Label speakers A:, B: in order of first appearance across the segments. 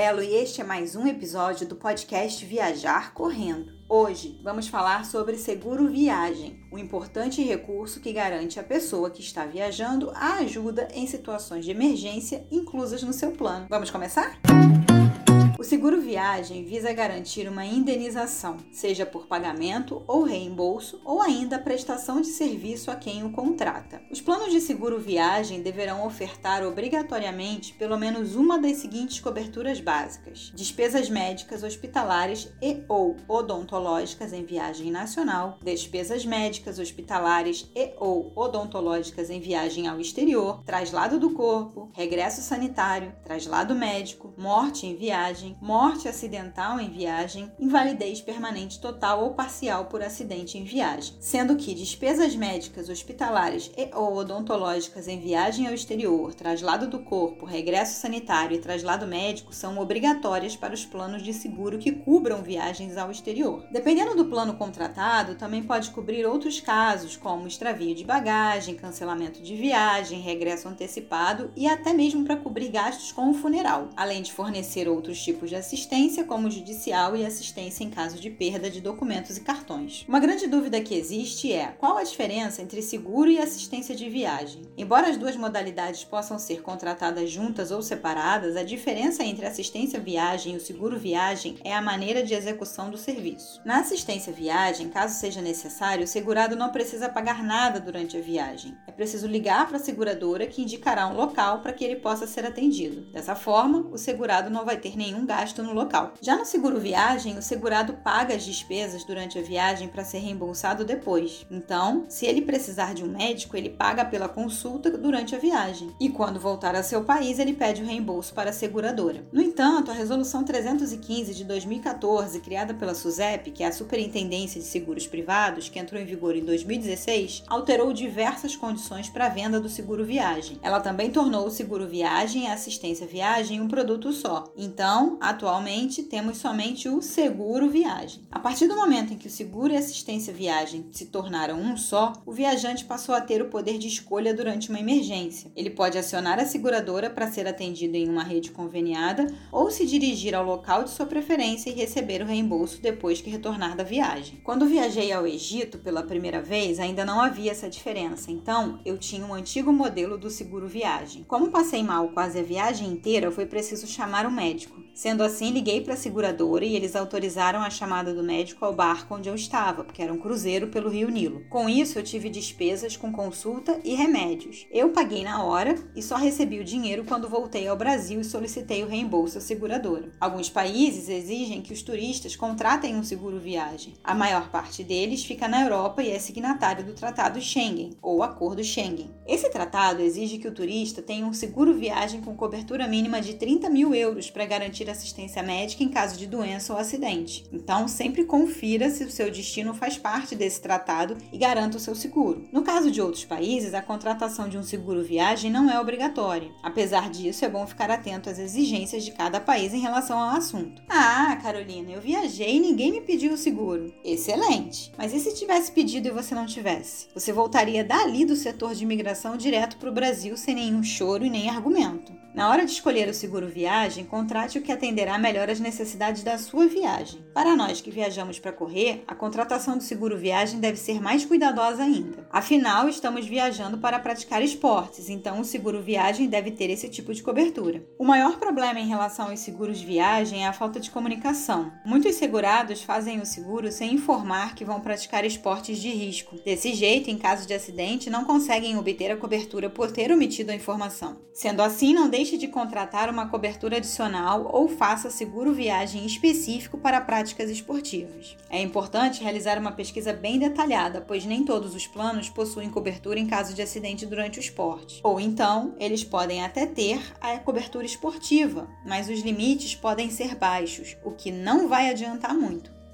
A: Belo e este é mais um episódio do podcast Viajar Correndo. Hoje vamos falar sobre seguro viagem, um importante recurso que garante à pessoa que está viajando a ajuda em situações de emergência inclusas no seu plano. Vamos começar? O seguro viagem visa garantir uma indenização, seja por pagamento ou reembolso, ou ainda a prestação de serviço a quem o contrata. Os planos de seguro viagem deverão ofertar obrigatoriamente pelo menos uma das seguintes coberturas básicas: despesas médicas hospitalares e ou odontológicas em viagem nacional, despesas médicas hospitalares e ou odontológicas em viagem ao exterior, traslado do corpo, regresso sanitário, traslado médico, morte em viagem, morte acidental em viagem, invalidez permanente total ou parcial por acidente em viagem, sendo que despesas médicas hospitalares e ou odontológicas em viagem ao exterior, traslado do corpo, regresso sanitário e traslado médico são obrigatórias para os planos de seguro que cubram viagens ao exterior. Dependendo do plano contratado, também pode cobrir outros casos, como extravio de bagagem, cancelamento de viagem, regresso antecipado e até mesmo para cobrir gastos com o funeral, além de fornecer outros tipos de assistência, como judicial e assistência em caso de perda de documentos e cartões. Uma grande dúvida que existe é: qual a diferença entre seguro e assistência de viagem? Embora as duas modalidades possam ser contratadas juntas ou separadas, a diferença entre a assistência viagem e o seguro viagem é a maneira de execução do serviço. Na assistência viagem, caso seja necessário, o segurado não precisa pagar nada durante a viagem. É preciso ligar para a seguradora, que indicará um local para que ele possa ser atendido. Dessa forma, o segurado não vai ter nenhum gasto no local. Já no seguro viagem, o segurado paga as despesas durante a viagem para ser reembolsado depois. Então, se ele precisar de um médico, ele paga pela consulta durante a viagem. E quando voltar a seu país, ele pede o reembolso para a seguradora. No entanto, a Resolução 315 de 2014, criada pela SUSEP, que é a Superintendência de Seguros Privados, que entrou em vigor em 2016, alterou diversas condições para a venda do seguro viagem. Ela também tornou o seguro viagem e a assistência viagem um produto só. Então, atualmente, temos somente o seguro viagem. A partir do momento em que o seguro e a assistência viagem se tornaram um só, o viajante passou a ter o poder de escolha durante uma emergência. Ele pode acionar a seguradora para ser atendido em uma rede conveniada ou se dirigir ao local de sua preferência e receber o reembolso depois que retornar da viagem. Quando viajei ao Egito pela primeira vez, ainda não havia essa diferença, então eu tinha um antigo modelo do seguro viagem. Como passei mal quase a viagem inteira, foi preciso chamar um médico. Sendo assim, liguei para a seguradora e eles autorizaram a chamada do médico ao barco onde eu estava, porque era um cruzeiro pelo Rio Nilo. Com isso, eu tive despesas com consulta e remédios. Eu paguei na hora e só recebi o dinheiro quando voltei ao Brasil e solicitei o reembolso à seguradora. Alguns países exigem que os turistas contratem um seguro viagem. A maior parte deles fica na Europa e é signatário do Tratado Schengen, ou Acordo Schengen. Esse tratado exige que o turista tenha um seguro viagem com cobertura mínima de 30 mil euros para garantir assistência médica em caso de doença ou acidente. Então, sempre confira se o seu destino faz parte desse tratado e garanta o seu seguro. No caso de outros países, a contratação de um seguro viagem não é obrigatória. Apesar disso, é bom ficar atento às exigências de cada país em relação ao assunto. Ah, Carolina, eu viajei e ninguém me pediu o seguro. Excelente! Mas e se tivesse pedido e você não tivesse? Você voltaria dali do setor de imigração direto para o Brasil sem nenhum choro e nem argumento. Na hora de escolher o seguro viagem, contrate o que atenderá melhor às necessidades da sua viagem. Para nós que viajamos para correr, a contratação do seguro viagem deve ser mais cuidadosa ainda. Afinal, estamos viajando para praticar esportes, então o seguro viagem deve ter esse tipo de cobertura. O maior problema em relação aos seguros de viagem é a falta de comunicação. Muitos segurados fazem o seguro sem informar que vão praticar esportes de risco. Desse jeito, em caso de acidente, não conseguem obter a cobertura por ter omitido a informação. Sendo assim, não deixe de contratar uma cobertura adicional ou faça seguro viagem específico para práticas esportivas. É importante realizar uma pesquisa bem detalhada, pois nem todos os planos possuem cobertura em caso de acidente durante o esporte. Ou então, eles podem até ter a cobertura esportiva, mas os limites podem ser baixos, o que não vai adiantar muito.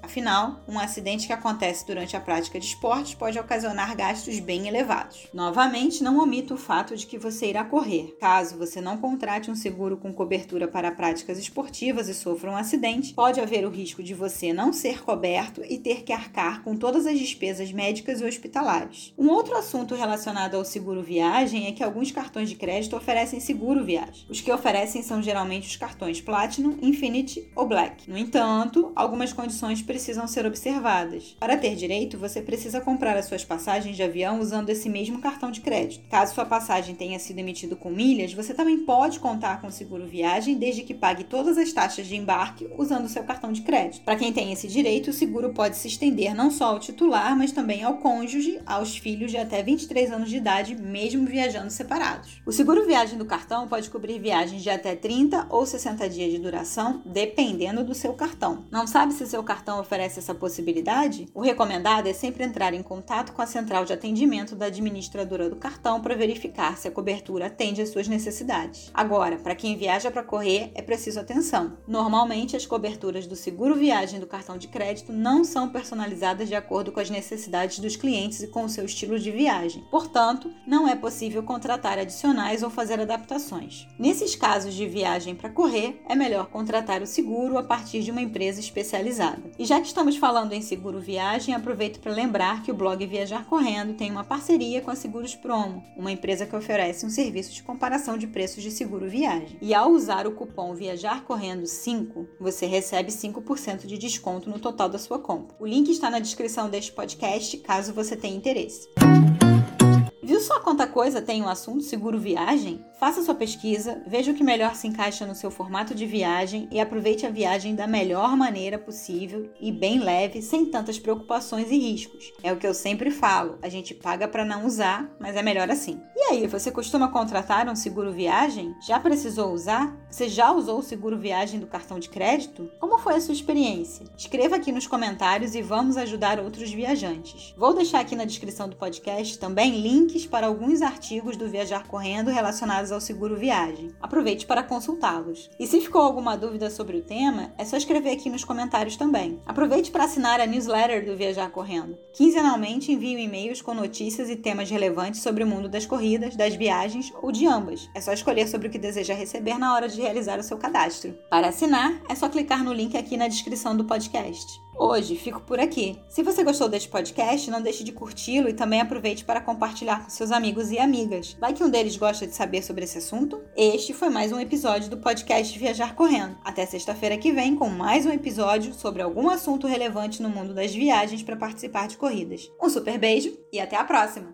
A: Afinal, um acidente que acontece durante a prática de esportes pode ocasionar gastos bem elevados. Novamente, não omita o fato de que você irá correr. Caso você não contrate um seguro com cobertura para práticas esportivas e sofra um acidente, pode haver o risco de você não ser coberto e ter que arcar com todas as despesas médicas e hospitalares. Um outro assunto relacionado ao seguro viagem é que alguns cartões de crédito oferecem seguro viagem. Os que oferecem são geralmente os cartões Platinum, Infinity ou Black. No entanto, algumas condições precisam ser observadas. Para ter direito, você precisa comprar as suas passagens de avião usando esse mesmo cartão de crédito. Caso sua passagem tenha sido emitida com milhas, você também pode contar com seguro viagem desde que pague todas as taxas de embarque usando o seu cartão de crédito. Para quem tem esse direito, o seguro pode se estender não só ao titular, mas também ao cônjuge, aos filhos de até 23 anos de idade, mesmo viajando separados. O seguro viagem do cartão pode cobrir viagens de até 30 ou 60 dias de duração, dependendo do seu cartão. Não sabe se seu cartão oferece essa possibilidade? O recomendado é sempre entrar em contato com a central de atendimento da administradora do cartão para verificar se a cobertura atende às suas necessidades. Agora, para quem viaja para correr, é preciso atenção. Normalmente, as coberturas do seguro viagem do cartão de crédito não são personalizadas de acordo com as necessidades dos clientes e com o seu estilo de viagem. Portanto, não é possível contratar adicionais ou fazer adaptações. Nesses casos de viagem para correr, é melhor contratar o seguro a partir de uma empresa especializada. E já que estamos falando em seguro viagem, aproveito para lembrar que o blog Viajar Correndo tem uma parceria com a Seguros Promo, uma empresa que oferece um serviço de comparação de preços de seguro viagem. E ao usar o cupom Viajar Correndo 5, você recebe 5% de desconto no total da sua compra. O link está na descrição deste podcast, caso você tenha interesse. Viu só quanta coisa tem o assunto seguro viagem? Faça sua pesquisa, veja o que melhor se encaixa no seu formato de viagem e aproveite a viagem da melhor maneira possível e bem leve, sem tantas preocupações e riscos. É o que eu sempre falo, a gente paga para não usar, mas é melhor assim. E aí, você costuma contratar um seguro viagem? Já precisou usar? Você já usou o seguro viagem do cartão de crédito? Como foi a sua experiência? Escreva aqui nos comentários e vamos ajudar outros viajantes. Vou deixar aqui na descrição do podcast também links para alguns artigos do Viajar Correndo relacionados ao seguro viagem. Aproveite para consultá-los. E se ficou alguma dúvida sobre o tema, é só escrever aqui nos comentários também. Aproveite para assinar a newsletter do Viajar Correndo. Quinzenalmente envio e-mails com notícias e temas relevantes sobre o mundo das corridas, das viagens ou de ambas. É só escolher sobre o que deseja receber na hora de realizar o seu cadastro. Para assinar, é só clicar no link aqui na descrição do podcast. Hoje fico por aqui. Se você gostou deste podcast, não deixe de curti-lo e também aproveite para compartilhar com seus amigos e amigas. Vai que um deles gosta de saber sobre esse assunto? Este foi mais um episódio do podcast Viajar Correndo. Até sexta-feira que vem com mais um episódio sobre algum assunto relevante no mundo das viagens para participar de corridas. Um super beijo e até a próxima!